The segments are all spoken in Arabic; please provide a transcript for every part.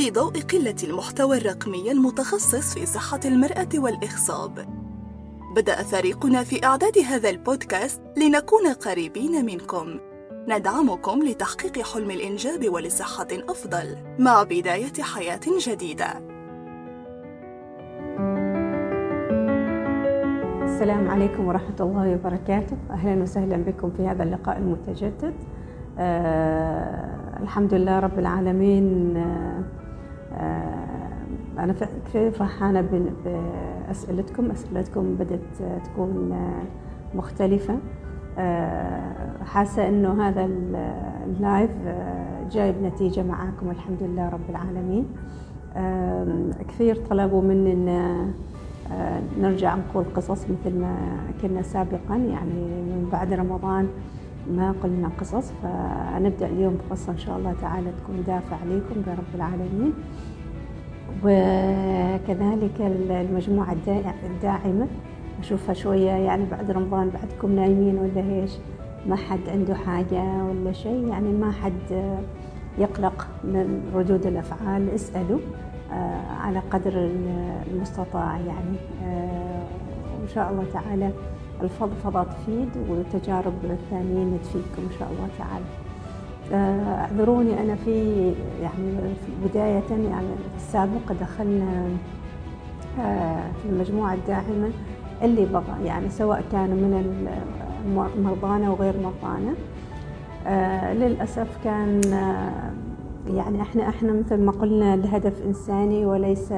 في ضوء قلة المحتوى الرقمي المتخصص في صحة المرأة والإخصاب، بدأ فريقنا في إعداد هذا البودكاست لنكون قريبين منكم، ندعمكم لتحقيق حلم الإنجاب ولصحة أفضل مع بداية حياة جديدة. السلام عليكم ورحمة الله وبركاته. أهلا وسهلا بكم في هذا اللقاء المتجدد. الحمد لله رب العالمين. أنا كثير فرحانة أسئلتكم بدأت تكون مختلفة. حاسة إنه هذا اللايف جايب نتيجة معاكم الحمد لله رب العالمين. كثير طلبوا مني إن نرجع نقول قصص مثل ما كنا سابقا، يعني من بعد رمضان ما قلنا قصص، فنبدأ اليوم بقصة إن شاء الله تعالى تكون دافع عليكم برب العالمين. وكذلك المجموعة الداعمة أشوفها شوية، يعني بعد رمضان بعدكم نايمين ولا إيش، ما حد عنده حاجة ولا شيء، يعني ما حد يقلق من ردود الأفعال، اسألوا على قدر المستطاع يعني. وإن شاء الله تعالى الفضفضة تفيد والتجارب الثانيين تفيدكم إن شاء الله تعالى. اعذروني أنا في بداية يعني في السابق دخلنا في المجموعة الداعمة اللي بغى، يعني سواء كانوا من مرضانا وغير مرضانا. للأسف كان يعني احنا مثل ما قلنا الهدف إنساني وليس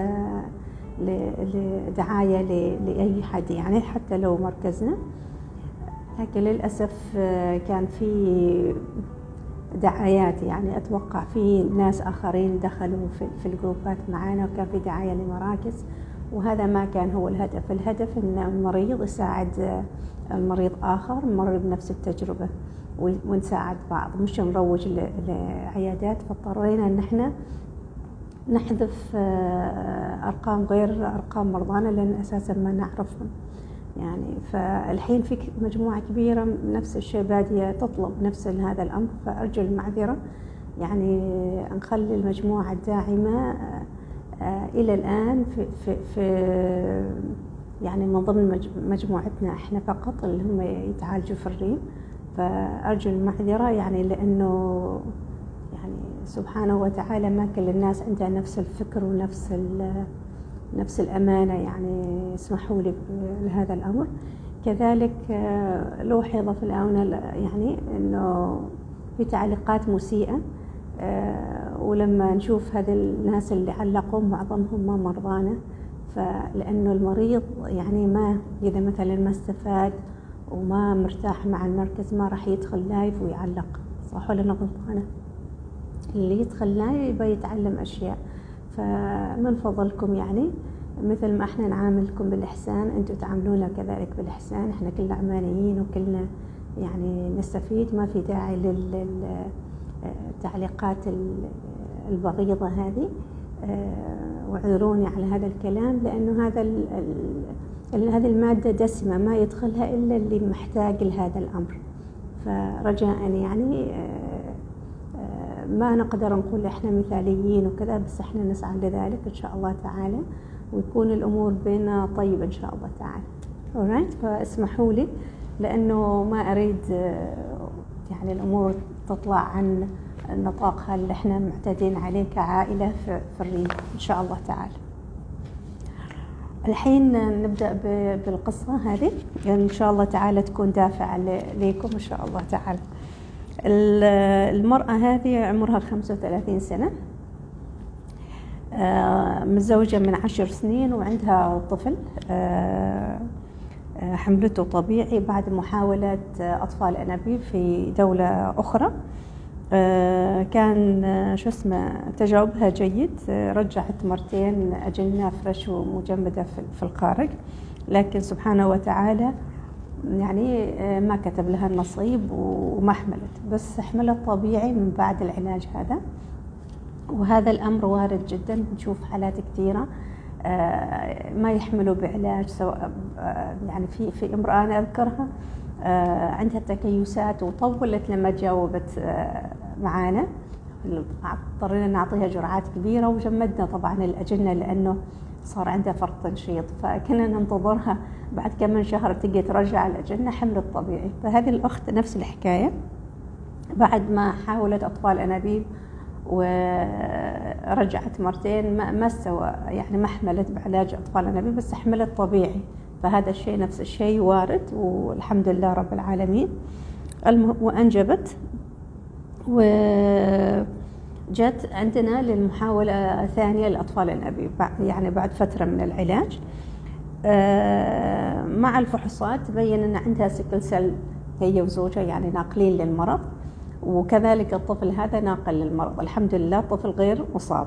لدعاية لأي حد، يعني حتى لو مركزنا، لكن للأسف كان في دعايات، يعني أتوقع في ناس آخرين دخلوا في الجروبات معنا وكان في دعاية لمراكز، وهذا ما كان هو الهدف. الهدف أن المريض يساعد المريض آخر مر بنفس التجربة ونساعد بعض، مش نروج لعيادات. فاضطرينا أن احنا نحذف أرقام غير أرقام مرضانا لأن أساسا ما نعرفهم يعني. فالحين في مجموعة كبيرة نفس الشيء بادية تطلب نفس هذا الأمر، فأرجو المعذرة، يعني نخلي المجموعة الداعمة إلى الآن في يعني من ضمن مجموعتنا احنا فقط اللي هم يتعالجوا في الريم. فأرجو المعذرة يعني، لأنه يعني سبحانه وتعالى ما كل الناس عندها نفس الفكر ونفس نفس الأمانة، يعني اسمحوا لي لهذا الأمر. كذلك لوحظ في الآونة يعني أنه في تعليقات مسيئة، ولما نشوف هذا الناس اللي علقوا معظمهم ما مرضانا، فلأنه المريض يعني ما إذا مثلا ما استفاد وما مرتاح مع المركز ما راح يدخل لايف ويعلق، صح ولا أنا غلطانة؟ اللي يدخل لايف يبغى يتعلم أشياء. فمن فضلكم يعني مثل ما احنا نعاملكم بالإحسان انتوا تعاملونا كذلك بالإحسان، احنا كلنا عمانيين وكلنا يعني نستفيد، ما في داعي للتعليقات البغيضة هذه. واعذروني على هذا الكلام، لأنه هذه المادة دسمة ما يدخلها إلا اللي محتاج لهذا الأمر. فرجاء يعني ما نقدر نقول احنا مثاليين وكذا، بس احنا نسعى لذلك ان شاء الله تعالى، ويكون الامور بيننا طيبه ان شاء الله تعالى. alright، فاسمحوا لي لانه ما اريد يعني الامور تطلع عن نطاقها اللي احنا معتادين عليه كعائله في الريم ان شاء الله تعالى. الحين نبدا بالقصه هذه، يعني ان شاء الله تعالى تكون دافعه ليكم ان شاء الله تعالى. المرأة هذه عمرها 35 سنة، متزوجة من 10 سنين وعندها طفل، حملته طبيعي بعد محاولة أطفال أنابيب في دولة أخرى. كان تجاوبها جيد، رجعت مرتين أجنة فرش ومجمدة في الخارج، لكن سبحانه وتعالى يعني ما كتب لها النصيب وما حملت، بس حملت طبيعي من بعد العلاج هذا. وهذا الأمر وارد جدا، نشوف حالات كثيرة ما يحملوا بعلاج، سواء يعني في امرأة أنا أذكرها عندها تكيسات وطولت لما تجاوبت معانا، اضطرينا نعطيها جرعات كبيرة، وجمدنا طبعا الأجنة لأنه صار عندها فرط تنشيط، فكنا ننتظرها بعد كم من شهر تجي ترجع الأجنة حمل الطبيعي. فهذه الأخت نفس الحكاية، بعد ما حاولت أطفال أنابيب ورجعت مرتين ما استوى، يعني ما حملت بعلاج أطفال أنابيب بس حملت طبيعي. فهذا الشيء نفس الشيء وارد والحمد لله رب العالمين. وأنجبت وجت عندنا للمحاولة ثانية للأطفال الأنابيب يعني بعد فترة من العلاج. مع الفحوصات تبين أن عندها سيكل سيل هي وزوجها، يعني ناقلين للمرض، وكذلك الطفل هذا ناقل للمرض الحمد لله، طفل غير مصاب.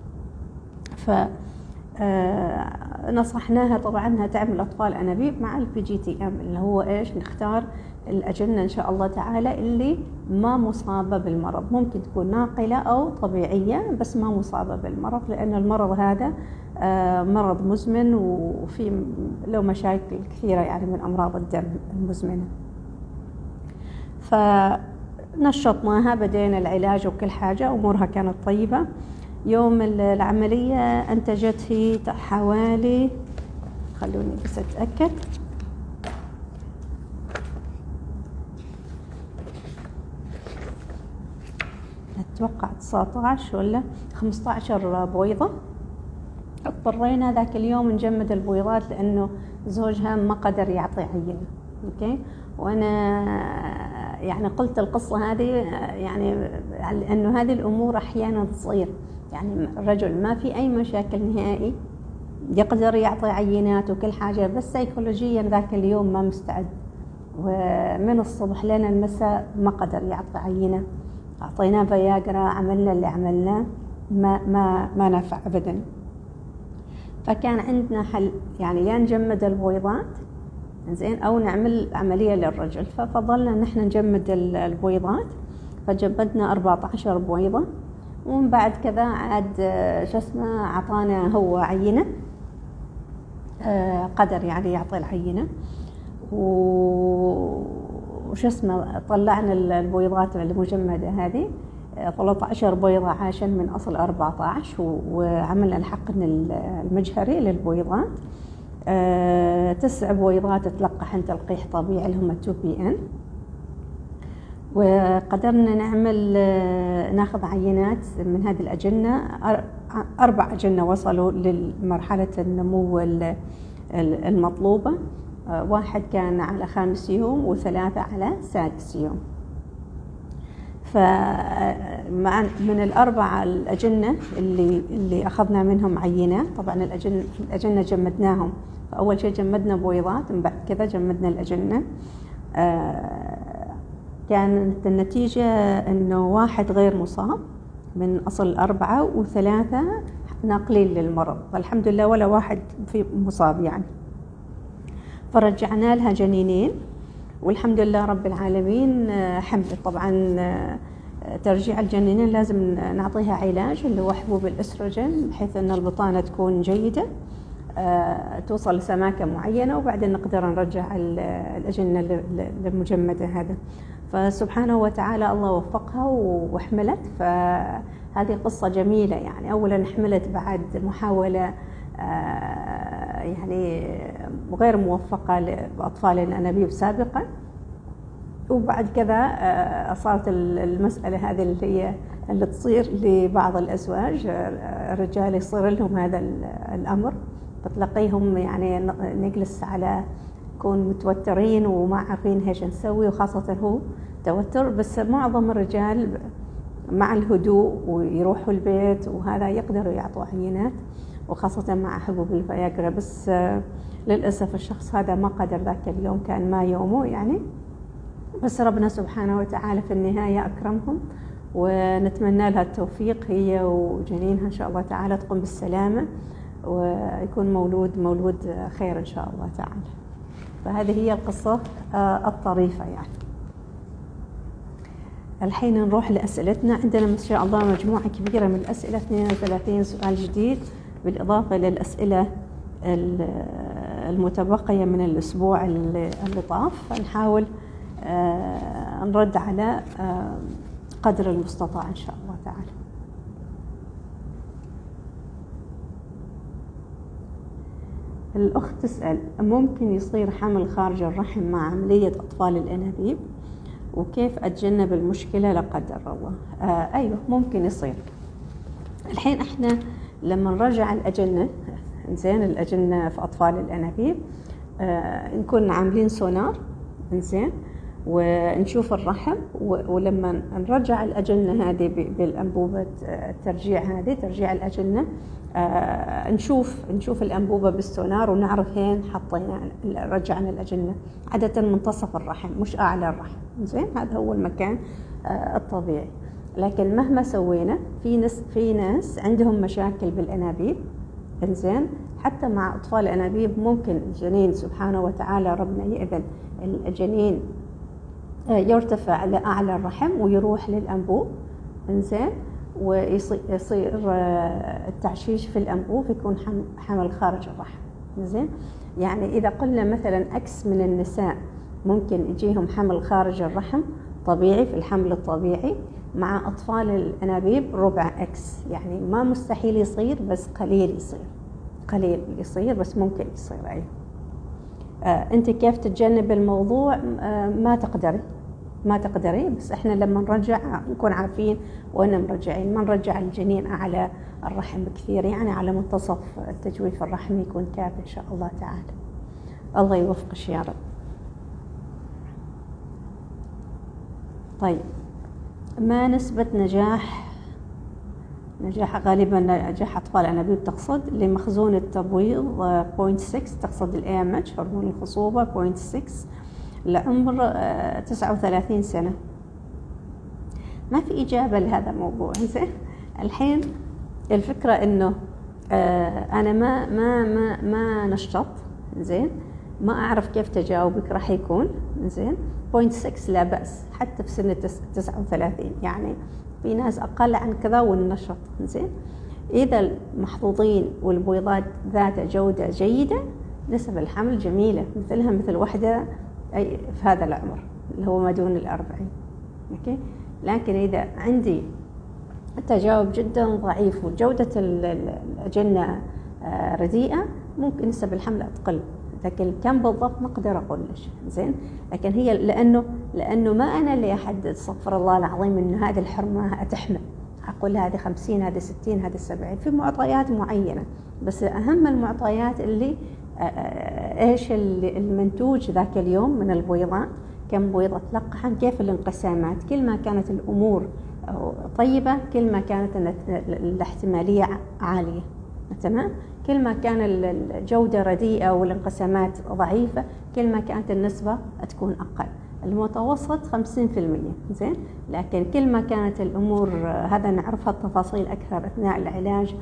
نصحناها طبعا انها تعمل اطفال انابيب مع الPGTM اللي هو ايش، نختار الاجنه ان شاء الله تعالى اللي ما مصابه بالمرض، ممكن تكون ناقله او طبيعيه بس ما مصابه بالمرض، لان المرض هذا مرض مزمن وفي له مشاكل كثيره يعني من امراض الدم المزمنه. فنشطناها، بدينا العلاج وكل حاجه، امورها كانت طيبه. يوم العملية أنتجت هي حوالي، خلوني بس أتأكد، أتوقع 19 ولا 15 بويضة. اضطرينا ذاك اليوم نجمد البويضات لأنه زوجها ما قدر يعطي عينة. أوكي، وأنا يعني قلت القصة هذه يعني لأنه هذه الأمور أحيانا تصير، يعني الرجل ما في أي مشاكل نهائي، يقدر يعطي عينات وكل حاجة، بس سيكولوجيا ذاك اليوم ما مستعد، ومن الصبح لنا المساء ما قدر يعطي عينة. أعطيناه فياجرا، عملنا اللي عملناه، ما نفع أبدا. فكان عندنا حل، يعني يا نجمد البويضات زين أو نعمل عملية للرجل. ففضلنا نحن نجمد البويضات، فجمدنا 14 بويضة، ومن بعد كذا عاد عطانا هو عينة، قدر يعني يعطي العينة، طلعنا البويضات المجمدة هذه 13 بويضة عاشا من أصل 14، وعملنا الحقن المجهري للبويضات. 9 بويضات تلقحن تلقيح طبيعي اللي هم 2PN، وقدرنا ناخذ عينات من هذه الأجنة. 4 أجنة وصلوا لمرحلة النمو المطلوبة، 1 كان على 5 يوم و3 على 6 يوم. من ال4 الأجنة اللي أخذنا منهم عينات، طبعا الأجنة جمدناهم، فأول شيء جمدنا بويضات، من بعد كذا جمدنا الأجنة. كانت النتيجة أنه 1 غير مصاب من أصل 4، و3 ناقلين للمرض، والحمد لله ولا 1 في مصاب يعني. فرجعنا لها جنينين والحمد لله رب العالمين حملت. طبعا ترجيع الجنينين لازم نعطيها علاج اللي هو حبوب الأستروجين، بحيث أن البطانة تكون جيدة، توصل لسماكة معينة، وبعدين نقدر نرجع الأجنة المجمدة هذا. فسبحانه وتعالى الله وفقها وحملت. فهذه قصة جميلة، يعني أولا حملت بعد محاولة يعني غير موفقة لأطفال الأنابيب سابقا، وبعد كذا صارت المسألة هذه اللي تصير لبعض الأزواج، الرجال يصير لهم هذا الأمر، فتلاقيهم يعني نجلس على نكون متوترين وما عارفين ايش نسوي، وخاصة هو توتر. بس معظم الرجال مع الهدوء ويروحوا البيت وهذا يقدروا يعطوا عينات، وخاصة مع حبوب الفياجرا. بس للأسف الشخص هذا ما قدر ذاك اليوم، كان ما يومه يعني. بس ربنا سبحانه وتعالى في النهاية أكرمهم، ونتمنى لها التوفيق هي وجنينها إن شاء الله تعالى، تقوم بالسلامة ويكون مولود خير إن شاء الله تعالى. فهذه هي القصة الطريفة يعني. الحين نروح لأسئلتنا. عندنا ما شاء الله مجموعة كبيرة من الأسئلة، 32 سؤال جديد بالإضافة للأسئلة المتبقية من الأسبوع اللي طاف. فنحاول نرد على قدر المستطاع إن شاء الله تعالى. الأخت تسأل: ممكن يصير حمل خارج الرحم مع عملية أطفال الأنابيب؟ وكيف أتجنب المشكلة لا قدر الله؟ أيوه ممكن يصير. الحين إحنا لما نرجع الأجنة، إنزين الأجنة في أطفال الأنابيب، نكون عاملين سونار، إنزين، ونشوف الرحم، ولما نرجع الأجنة هذه بالأنبوبة الترجيع، هذه ترجيع الأجنة، نشوف الأنبوبة بالسونار ونعرف هين حطينا رجعنا الأجنة. عادة منتصف الرحم مش أعلى الرحم، زين، هذا هو المكان الطبيعي. لكن مهما سوينا، في ناس عندهم مشاكل بالأنابيب، إنزين، حتى مع أطفال الأنابيب ممكن الجنين سبحانه وتعالى ربنا يأذن الجنين يرتفع لأعلى الرحم ويروح للأنبوب، إنزين، ويصير التعشيش في الأنبوب، يكون حمل خارج الرحم، إنزين. يعني إذا قلنا مثلا أكس من النساء ممكن يجيهم حمل خارج الرحم طبيعي في الحمل الطبيعي، مع أطفال الأنابيب ربع أكس، يعني ما مستحيل يصير، بس قليل يصير بس ممكن يصير. أي أنت كيف تتجنب الموضوع؟ ما تقدري، بس إحنا لما نرجع نكون عارفين وإن مرجعين، ما نرجع الجنين على الرحم بكثير، يعني على منتصف التجويف الرحم يكون كافي إن شاء الله تعالى. الله يوفقك يا رب. طيب، ما نسبة نجاح غالبا نجاح أطفال الأنابيب تقصد لمخزون التبويض 0.6، تقصد الAMH هرمون الخصوبة 0.6 لعمر 39 سنة. ما في إجابة لهذا الموضوع. زين، الحين الفكرة إنه أنا ما نشطت، زين، ما أعرف كيف تجاوبك راح يكون. زين، 0.6 لا بأس حتى في سن 39، يعني في ناس أقل عن كذا والنشط. زين، إذا المحظوظين والبويضات ذات جودة جيدة نسب الحمل جميلة، مثلها مثل وحدة في هذا العمر اللي هو ما دون 40. أوكي، لكن إذا عندي التجاوب جدا ضعيف وجودة الأجنة رديئة ممكن نسب الحمل تقل، لكن كم بالضبط ما أقدر أقول لك. زين، لكن هي لأنه ما أنا اللي أحدد، استغفر الله العظيم، إنه هذه الحرمة تحمل، أقول هذه 50 هذه 60 هذه 70، في معطيات معينة. بس أهم المعطيات اللي إيش المنتوج ذاك اليوم من البويضات، كم بويضة تلقحا، كيف الانقسامات. كل ما كانت الأمور طيبة كل ما كانت الاحتمالية عالية، تمام. كل ما كان الجودة رديئة والانقسامات ضعيفة كل ما كانت النسبة تكون أقل. المتوسط 50%. زين، لكن كل ما كانت الأمور، هذا نعرفها التفاصيل أكثر أثناء العلاج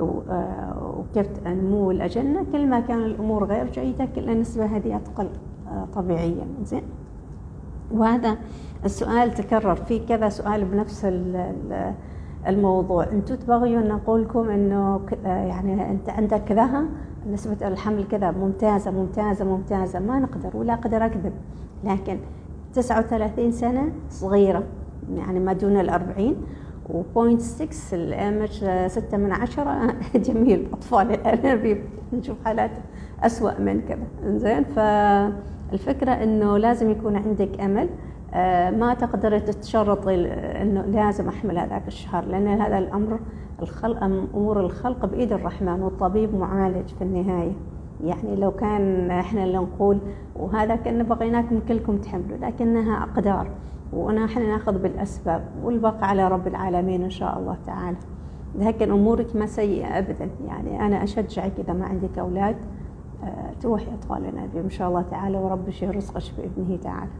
وكيف نمو الأجنة، كل ما كان الأمور غير جيدة كل النسبة هذه تقل طبيعيا. زين، وهذا السؤال تكرر في كذا سؤال بنفس الموضوع. انتوا تبغون نقول لكم انه يعني انت عندك كذا نسبة الحمل كذا ممتازة ممتازة ممتازة، ما نقدر ولا أقدر أكذب، لكن 39 سنة صغيرة، يعني ما دون 40، و0.6 الAMH 6 من 10 جميل. أطفال الأنابيب نشوف حالات أسوأ من كذا. إنزين، فالفكرة إنه لازم يكون عندك أمل، ما تقدر تتشرط إنه لازم أحمل هذاك الشهر، لأن هذا الأمر أمور الخلق بإيد الرحمن، والطبيب معالج في النهاية. يعني لو كان إحنا اللي نقول وهذا كنا بغيناكم كلكم تحملوا، لكنها أقدار ونحن نأخذ بالأسباب، والبقى على رب العالمين إن شاء الله تعالى. لكن أمورك ما سيئة أبدا، يعني أنا أشجعك إذا ما عندك أولاد تروحي أطفال الأنابيب إن شاء الله تعالى، ورب يشفي رزقك بإذنه تعالى.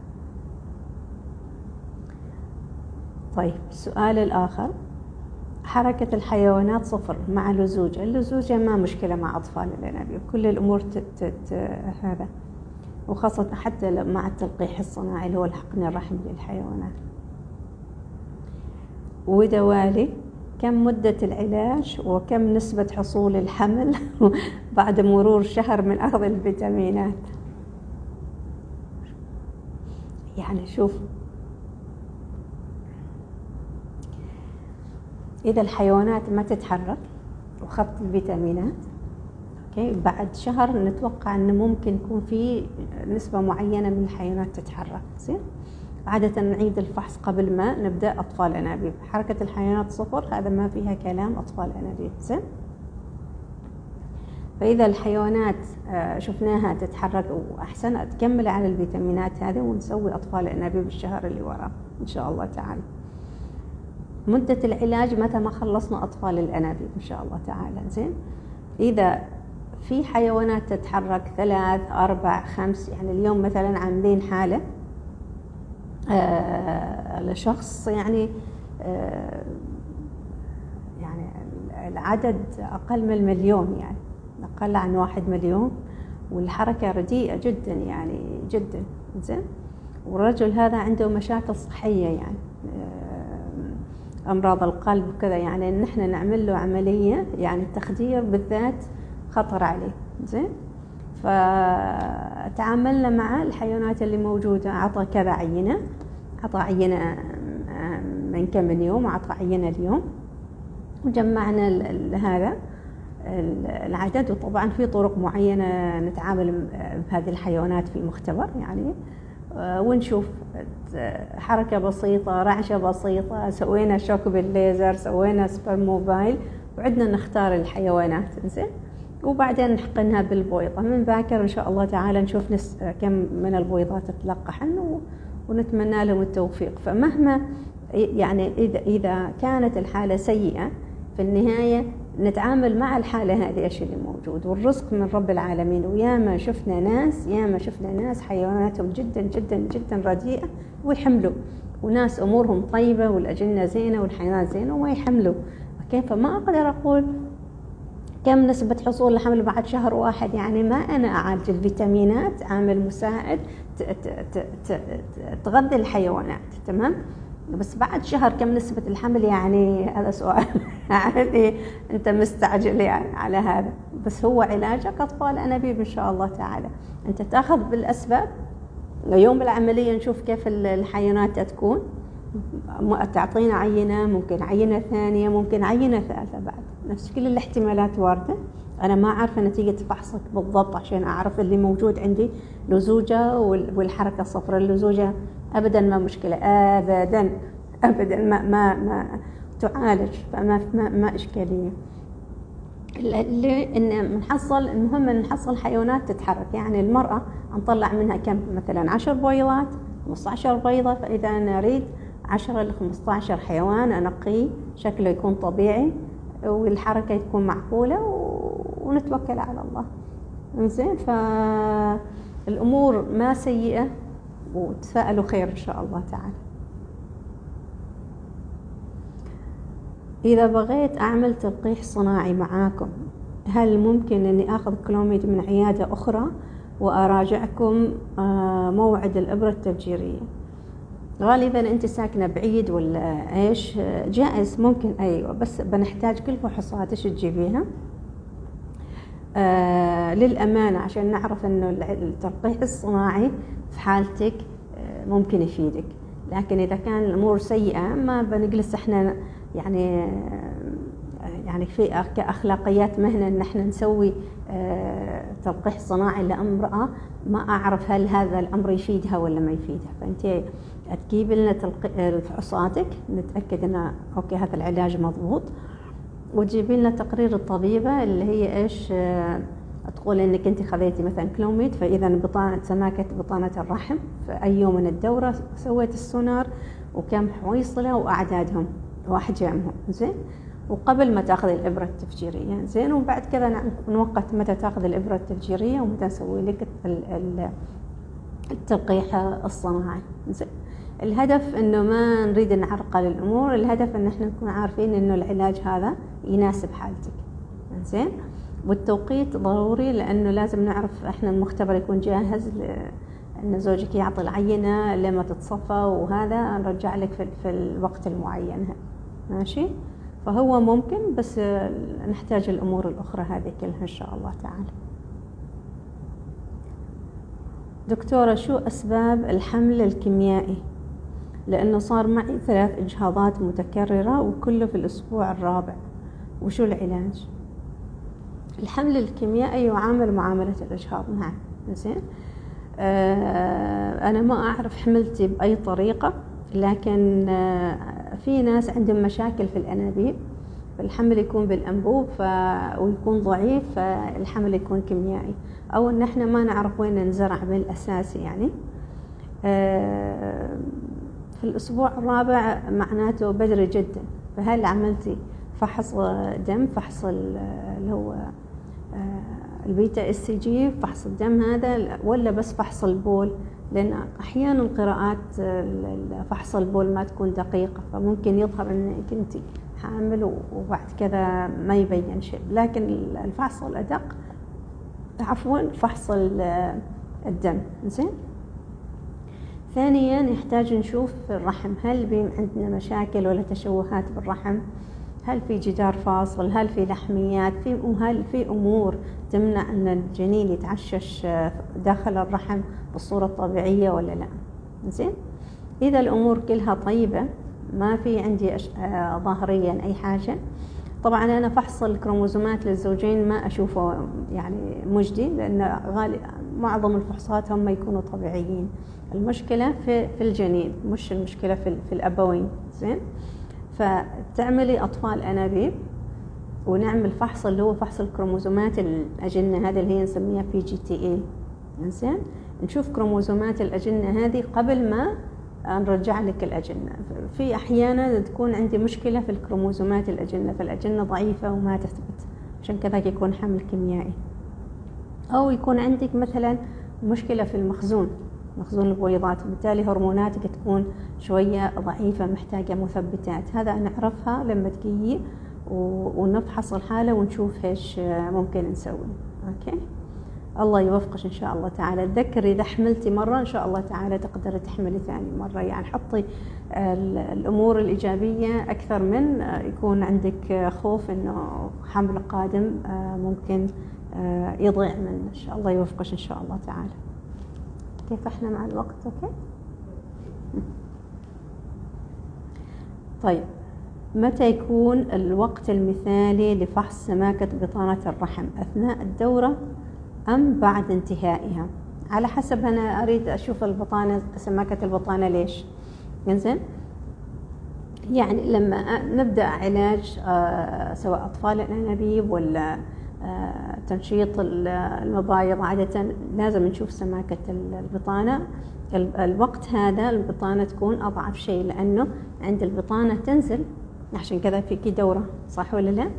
طيب، السؤال الآخر: حركة الحيوانات صفر مع اللزوجة. اللزوجة ما مشكلة مع أطفال الأنابيب، كل الأمور هذا، وخاصة حتى مع التلقيح الصناعي اللي هو الحقن الرحمي للحيوانات. ودوالي: كم مدة العلاج وكم نسبة حصول الحمل بعد مرور شهر من أخذ الفيتامينات؟ يعني شوف، إذا الحيوانات ما تتحرك وأخذت الفيتامينات، أوكي، بعد شهر نتوقع أنه ممكن يكون في نسبة معينة من الحيوانات تتحرك. زين، عادة نعيد الفحص قبل ما نبدأ أطفال أنابيب. حركة الحيوانات صفر، هذا ما فيها كلام، أطفال أنابيب. زين، فإذا الحيوانات شفناها تتحرك وأحسن، تكمل على الفيتامينات هذه ونسوي أطفال أنابيب الشهر اللي وراه إن شاء الله تعالى. مدة العلاج متى ما خلصنا أطفال الأنابيب إن شاء الله تعالى. زين، إذا في حيوانات تتحرك 3 4 5، يعني اليوم مثلا عاملين حالة لشخص يعني يعني العدد أقل من 1,000,000، يعني أقل عن 1,000,000، والحركة رديئة جدا يعني جدا. زين، والرجل هذا عنده مشاكل صحية، يعني أمراض القلب وكذا، يعني نحن نعمل له عملية، يعني التخدير بالذات خطر عليه. زين، فتعاملنا مع الحيوانات اللي موجودة، عطى كذا عينة، عطى عينة من كم من يوم وعطى عينة اليوم، وجمعنا هذا العدد. وطبعا في طرق معينة نتعامل بهذه الحيوانات في المختبر، يعني ونشوف حركة بسيطة، رعشة بسيطة، سوينا شوك بالليزر، سوينا سبرم موبايل، وعدنا نختار الحيوانات. زين، وبعدين نحقنها بالبويضة من باكر إن شاء الله تعالى، نشوف كم من البويضات تتلقحن ونتمنى لهم التوفيق. فمهما يعني إذا كانت الحالة سيئة، في النهاية نتعامل مع الحالة هذه، إيش اللي موجود، والرزق من رب العالمين. وياما شفنا ناس حيواناتهم جدا جدا جدا رديئة ويحملوا، وناس أمورهم طيبة والأجنة زينة والحيوانات زينة وما يحملوا. كيف ما أقدر أقول كم نسبة حصول الحمل بعد شهر واحد، يعني ما أنا أعالج الفيتامينات عامل مساعد تغذي الحيوانات، تمام، بس بعد شهر كم نسبة الحمل، يعني هذا سؤال عادي، أنت مستعجل يعني على هذا. بس هو علاجك أطفال أنابيب إن شاء الله تعالى. أنت تأخذ بالأسباب، يوم العملية نشوف كيف الحيوانات تكون، تعطينا عينة، ممكن عينة ثانية، ممكن عينة ثالثة بعد، نفس كل الاحتمالات واردة. أنا ما أعرف نتيجة فحصك بالضبط عشان أعرف اللي موجود عندي لزوجة والحركة الصفراء. اللزوجة أبدا ما مشكلة، أبدا ما تعالج، فما إشكالية. اللي إن نحصل، المهم إن نحصل حيوانات تتحرك. يعني المرأة نطلع منها كم، مثلا 10 بويضات، 15 بيضة، فإذا نريد 10 ل 15 حيوان أنقيه، شكله يكون طبيعي والحركة تكون معقولة، ونتوكل على الله. إنزين، فالأمور ما سيئة، وتفائلوا خير إن شاء الله تعالى. إذا بغيت أعمل تلقيح صناعي معاكم، هل ممكن أني أخذ كلوميد من عيادة أخرى وأراجعكم موعد الإبرة التفجيرية؟ غالبا أنت ساكنة بعيد ولا إيش؟ جائز، ممكن، أيوة، بس بنحتاج كل فحوصاتك تجيبيها للأمانة، عشان نعرف أنه التلقيح الصناعي في حالتك ممكن يفيدك. لكن إذا كان الأمور سيئة ما بنجلس إحنا يعني في كأخلاقيات مهنة إن إحنا نسوي تلقيح صناعي لامرأة ما أعرف هل هذا الأمر يفيدها ولا ما يفيدها. فأنت تجيب لنا فحوصاتك، نتأكد إن أوكي هذا العلاج مضبوط، وتجيبي لنا تقرير الطبيبة اللي هي إيش، تقول إنك أنت خذيتي مثلا كلوميد، فإذا سماكة بطانة الرحم في أي يوم من الدورة سويت السونار، وكم حويصلة وأعدادهم وأحجامهم. زين، وقبل ما تاخذ الإبرة التفجيرية. زين، وبعد كذا نوقت متى تاخذ الإبرة التفجيرية ومتى نسوي لك التلقيح الصناعي. زين، الهدف إنه ما نريد نعرقل الأمور، الهدف إن إحنا نكون عارفين إنه العلاج هذا يناسب حالتك. زين، والتوقيت ضروري، لأنه لازم نعرف إحنا المختبر يكون جاهز إن زوجك يعطي العينة لما تتصفى، وهذا نرجع لك في الوقت المعين. ماشي، فهو ممكن، بس نحتاج الأمور الأخرى هذه كلها إن شاء الله تعالى. دكتورة، شو أسباب الحمل الكيميائي؟ لأنه صار معي 3 إجهاضات متكررة وكله في الأسبوع الرابع. وشو العلاج؟ الحمل الكيميائي يعامل معاملة الإجهاض. نعم زين. أنا ما أعرف حملتي بأي طريقة، لكن في ناس عندهم مشاكل في الأنابيب، فالحمل يكون بالأنبوب ويكون ضعيف، فالحمل يكون كيميائي، أو إن إحنا ما نعرف وين نزرع بالأساس يعني. في الأسبوع الرابع معناته بدري جدا. فهل عملتي فحص دم، فحص اللي هو البيتا SCG، فحص الدم هذا، ولا بس فحص البول؟ لأن أحيانا قراءات فحص البول ما تكون دقيقة، فممكن يظهر أنك أنت حامل وبعد كذا ما يبين شيء. لكن الفحص الأدق فحص الدم. زين. ثانيا يحتاج نشوف الرحم، هل عندنا مشاكل ولا تشوهات بالرحم، هل في جدار فاصل، هل في لحميات، هل في أمور تمنع أن الجنين يتعشش داخل الرحم بالصورة الطبيعية ولا لا. زين. إذا الأمور كلها طيبة، ما في عندي ظاهريا أي حاجة، طبعا أنا فحص الكروموزومات للزوجين ما أشوفه يعني مجدي، لأن معظم الفحوصات هم يكونوا طبيعيين. المشكلة في الجنين، مش المشكلة في الأبوين. زين. فتعملي أطفال أنابيب ونعمل فحص اللي هو فحص الكروموزومات الأجنة، هذا اللي هي نسميها PGTA. زين. نشوف كروموزومات الأجنة هذه قبل ما نرجع لك الأجنة. في أحيانا تكون عندي مشكلة في الكروموزومات الأجنة، فالأجنة ضعيفة وما تثبت، عشان كذا يكون حمل كيميائي. أو يكون عندك مثلا مشكلة في مخزون البويضات، وبالتالي هرموناتك تكون شوية ضعيفة، محتاجة مثبتات. هذا نعرفها لما تجي ونفحص الحالة ونشوف ايش ممكن نسوي. اوكي. الله يوفقك ان شاء الله تعالى. تذكري اذا حملتي مرة ان شاء الله تعالى تقدري تحملي ثاني مرة، يعني حطي الامور الايجابية اكثر من يكون عندك خوف انه حمل قادم ممكن يضيع منه. ان شاء الله يوفقك ان شاء الله تعالى. كيف احنا مع الوقت؟ اوكي. طيب، متى يكون الوقت المثالي لفحص سماكة بطانة الرحم؟ أثناء الدورة أم بعد انتهائها؟ على حسب، أنا أريد أشوف سماكة البطانة ليش؟ إنزين، يعني لما نبدأ علاج سواء أطفال الأنابيب ولا تنشيط المبايض، عادة لازم نشوف سماكة البطانة. الوقت هذا البطانة تكون أضعف شيء، لأنه عند البطانة تنزل، عشان كذا فيكي دورة، صح ولا لا؟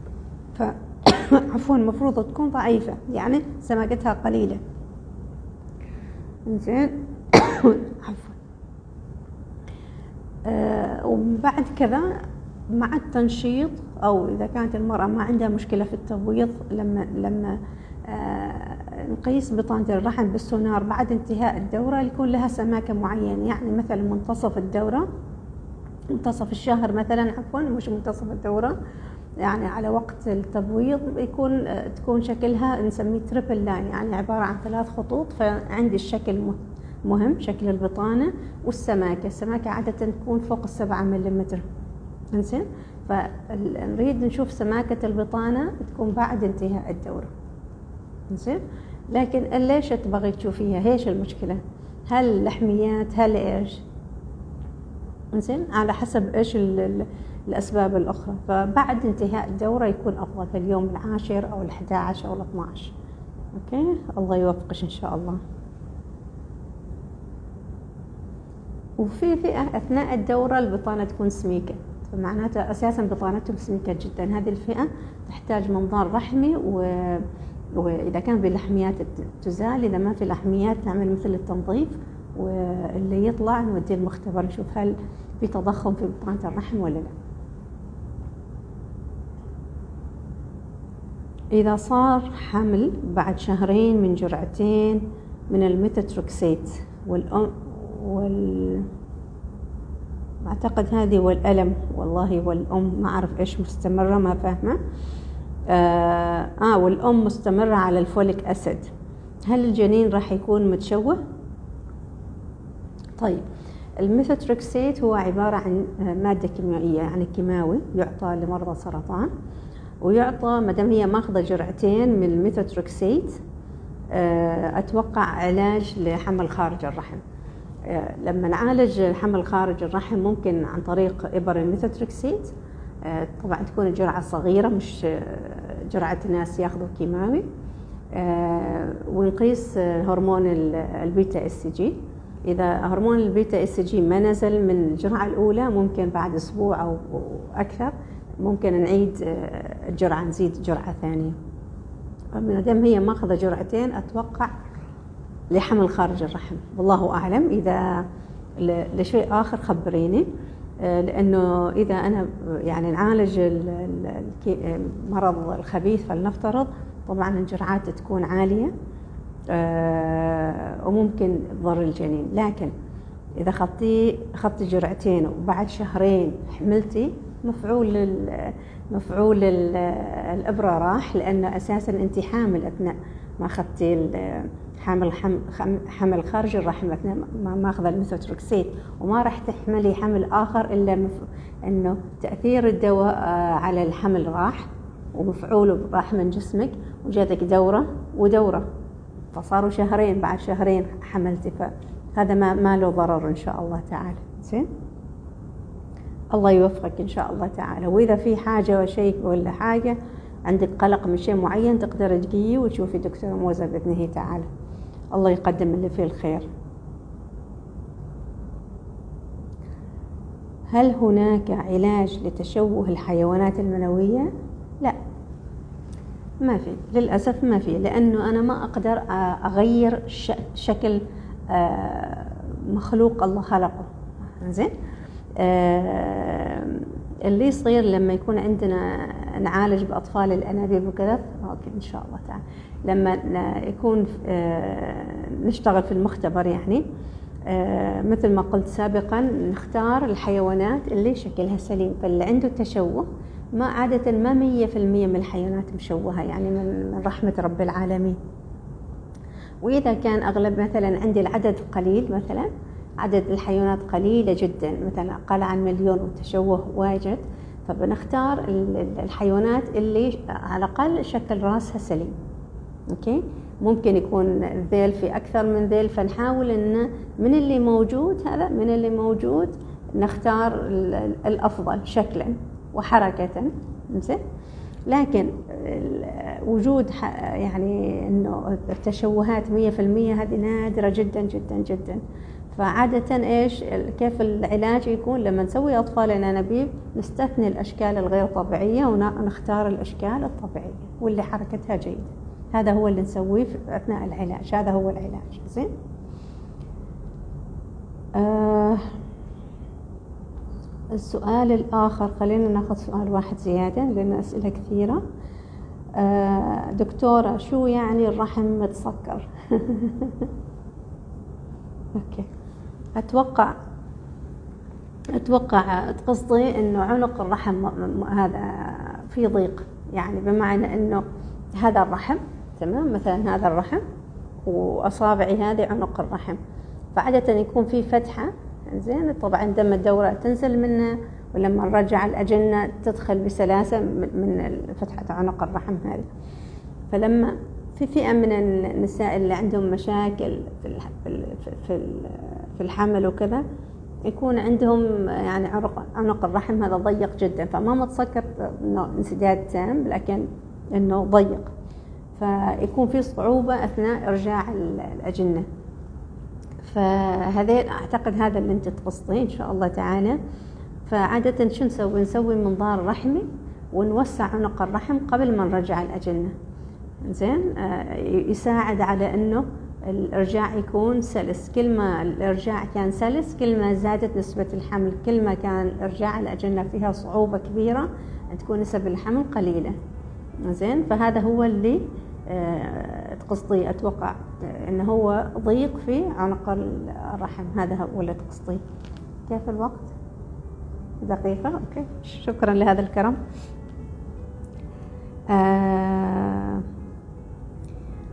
عفوا، المفروض تكون ضعيفة، يعني سماكتها قليلة. زين. عفوا. وبعد كذا مع التنشيط، أو إذا كانت المرأة ما عندها مشكلة في التبويض، لما نقيس بطانة الرحم بالسونار بعد انتهاء الدورة يكون لها سماكة معينة. يعني مثلا منتصف الدورة، منتصف الشهر مثلا، عفوا مش منتصف الدورة، يعني على وقت التبويض تكون شكلها نسميه تريبل لاين، يعني عبارة عن 3 خطوط. فعندي الشكل مهم، شكل البطانة والسماكة عادة تكون فوق 7 ملم. إنزين، فنريد نشوف سماكة البطانة تكون بعد انتهاء الدورة. إنزين، لكن ليش تبغي تشوفيها؟ ايش المشكلة؟ هل لحميات؟ هل ايش؟ إنزين، على حسب ايش الأسباب الأخرى. فبعد انتهاء الدورة يكون أفضل، في اليوم 10 أو 11 أو 12. أوكي، الله يوفقك إن شاء الله. وفي فئة أثناء الدورة البطانة تكون سميكة، فمعناته أساساً بطانتهم سميكة جداً. هذه الفئة تحتاج منظار رحمي، وإذا كان باللحميات تزال، إذا ما في لحميات نعمل مثل التنظيف، واللي يطلع نوديه المختبر نشوف هل في تضخم في بطانة الرحم ولا لا. إذا صار حمل بعد 2 شهر من جرعتين من الميتوتريكسات أعتقد هذه والألم، والله والأم ما أعرف إيش مستمرة، ما فاهمة. والأم مستمرة على الفوليك أسيد، هل الجنين راح يكون متشوه؟ طيب، الميثوتريكسيت هو عبارة عن مادة كيميائية، يعني كيماوي، يعطى لمرضى السرطان، ويعطى مادام هي ماخذة جرعتين من الميثوتريكسيت أتوقع علاج لحمل خارج الرحم. لما نعالج حمل خارج الرحم ممكن عن طريق إبر الميثوتريكسيت، طبعا تكون الجرعة صغيرة مش جرعة ناس ياخذوا كيماوي، ونقيس هرمون البيتا اس جي. إذا هرمون البيتا اس جي ما نزل من الجرعة الأولى ممكن بعد أسبوع أو أكثر ممكن نعيد الجرعة، نزيد جرعة ثانية. ما دام هي ماخذة جرعتين أتوقع لحمل خارج الرحم، والله أعلم. إذا لشيء آخر خبريني، لأنه إذا أنا يعني نعالج المرض الخبيث فلنفترض طبعا الجرعات تكون عالية وممكن تضر الجنين، لكن إذا خدتي جرعتين وبعد شهرين حملتي مفعول الإبرة راح، لأن أساسا أنت حامل أثناء ما أخذتي حمل خارج الرحم، أثناء ما ماخذ الميثوتريكسيت، وما راح تحملي حمل آخر إلا إنه تأثير الدواء على الحمل راح ومفعوله راح من جسمك، وجاتك دورة ودورة، فصاروا شهرين، بعد شهرين حملتي، فهذا ما له ضرر إن شاء الله تعالى. زين، الله يوفقك إن شاء الله تعالى. وإذا في حاجة وشيء ولا حاجة عندك قلق من شيء معين تقدر تجي وتشوفي دكتور موزة بإذنه تعالى. الله يقدم اللي فيه الخير. هل هناك علاج لتشوه الحيوانات المنوية؟ لا، ما في، للأسف ما في، لأنه أنا ما أقدر أغير شكل مخلوق الله خلقه. زين، اللي يصير لما يكون عندنا نعالج بأطفال الأنابيب وكذا، إن شاء الله تعالى لما يكون نشتغل في المختبر، يعني مثل ما قلت سابقا نختار الحيوانات اللي شكلها سليم، فاللي عنده تشوه ما عادة ما 100% من الحيوانات مشوهة، يعني من رحمة رب العالمين. وإذا كان أغلب مثلا عندي العدد قليل، مثلا عدد الحيوانات قليلة جدا، مثلا أقل عن 1,000,000 وتشوه واجد، فبنختار الحيوانات اللي على الأقل شكل رأسها سليم. أوكي، ممكن يكون ذيل في أكثر من ذيل، فنحاول إن من اللي موجود هذا، من اللي موجود نختار الأفضل شكلا وحركة. زين، لكن وجود يعني إنه التشوهات 100% هذه نادرة جدا جدا جدا. فعادة إيش كيف العلاج يكون؟ لما نسوي أطفال الأنابيب نستثني الأشكال الغير طبيعية ونختار الأشكال الطبيعية واللي حركتها جيدة. هذا هو اللي نسويه في أثناء العلاج، هذا هو العلاج. زين، السؤال الآخر، خلينا ناخذ سؤال واحد زيادة لأن أسئلة كثيرة. دكتورة، شو يعني الرحم متسكر؟ أوكي، أتوقع تقصدي إنه عنق الرحم هذا في ضيق، يعني بمعنى إنه هذا الرحم، تمام، مثلا هذا الرحم وأصابعي هذه عنق الرحم، فعادة يكون في فتحة. زين، طبعا دم الدورة تنزل منه، ولما نرجع الأجنة تدخل بسلاسة من فتحة عنق الرحم هذه. فلما في فئة من النساء اللي عندهم مشاكل في الحمل وكذا، يكون عندهم يعني عنق الرحم هذا ضيق جدا، فما متسكر إنه انسداد تام، لكن إنه ضيق، فيكون في صعوبة أثناء إرجاع الأجنة. فهذا أعتقد هذا اللي أنت تقصديه إن شاء الله تعالى. فعادة شو نسوي منظار رحمي ونوسع عنق الرحم قبل ما نرجع الأجنة. زين، يساعد على إنه الإرجاع يكون سلس. كل ما الإرجاع كان سلس كل ما زادت نسبة الحمل، كل ما كان إرجاع الأجنة فيها صعوبة كبيرة تكون نسب الحمل قليلة. زين، فهذا هو اللي تقصديه، أتوقع إنه هو ضيق في عنق الرحم، هذا هو اللي تقصديه. كيف الوقت؟ دقيقة. أوكي، شكرا لهذا الكرم.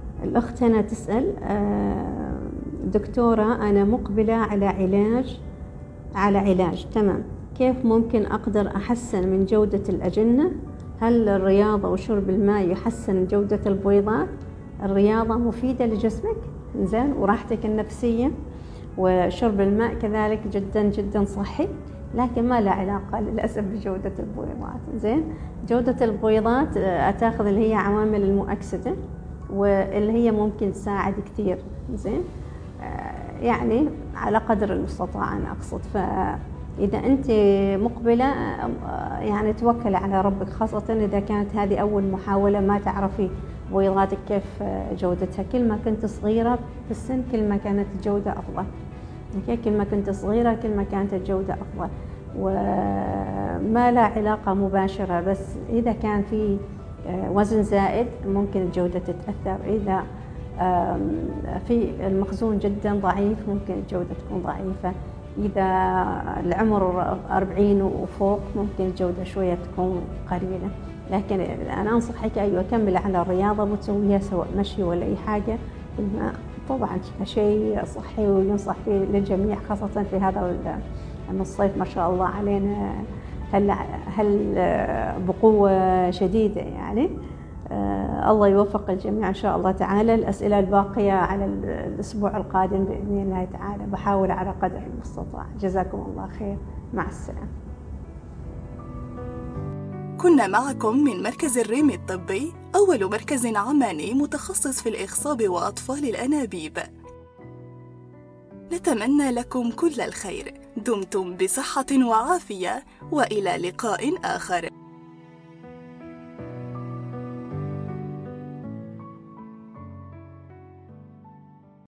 الأخت هنا تسأل، دكتورة أنا مقبلة على علاج على علاج. تمام. كيف ممكن أقدر أحسن من جودة الأجنة؟ هل الرياضة وشرب الماء يحسن جودة البويضات؟ الرياضة مفيدة لجسمك زين وراحتك النفسية، وشرب الماء كذلك جدا جدا صحي، لكن ما له علاقة للأسف بجودة البويضات. زين، جودة البويضات أتاخذ اللي هي عوامل المؤكسدة واللي هي ممكن تساعد كثير. زين، يعني على قدر المستطاع أنا أقصد. فإذا أنت مقبلة يعني توكل على ربك، خاصة إذا كانت هذه أول محاولة ما تعرفي بويضاتك كيف جودتها. كل ما كنت صغيرة في السن كل ما كانت الجودة أفضل، كل ما كنت صغيرة كل ما كانت الجودة أفضل، وما لا علاقة مباشرة. بس إذا كان في وزن زائد ممكن الجودة تتأثر، إذا في المخزون جدا ضعيف ممكن الجودة تكون ضعيفة، إذا العمر 40 وفوق ممكن الجودة شوية تكون قليلة. لكن أنا أنصحك أيوة كمل على الرياضة وتسويها سواء مشي ولا أي حاجة. الماء طبعا شيء صحي وينصح فيه للجميع، خاصة في هذا الصيف ما شاء الله علينا هل بقوة شديدة يعني. الله يوفق الجميع إن شاء الله تعالى. الأسئلة الباقية على الأسبوع القادم بإذن الله تعالى، بحاول على قدر المستطاع. جزاكم الله خير، مع السلامة. كنا معكم من مركز الريم الطبي، أول مركز عماني متخصص في الإخصاب وأطفال الأنابيب. نتمنى لكم كل الخير، دمتم بصحة وعافية، وإلى لقاء آخر.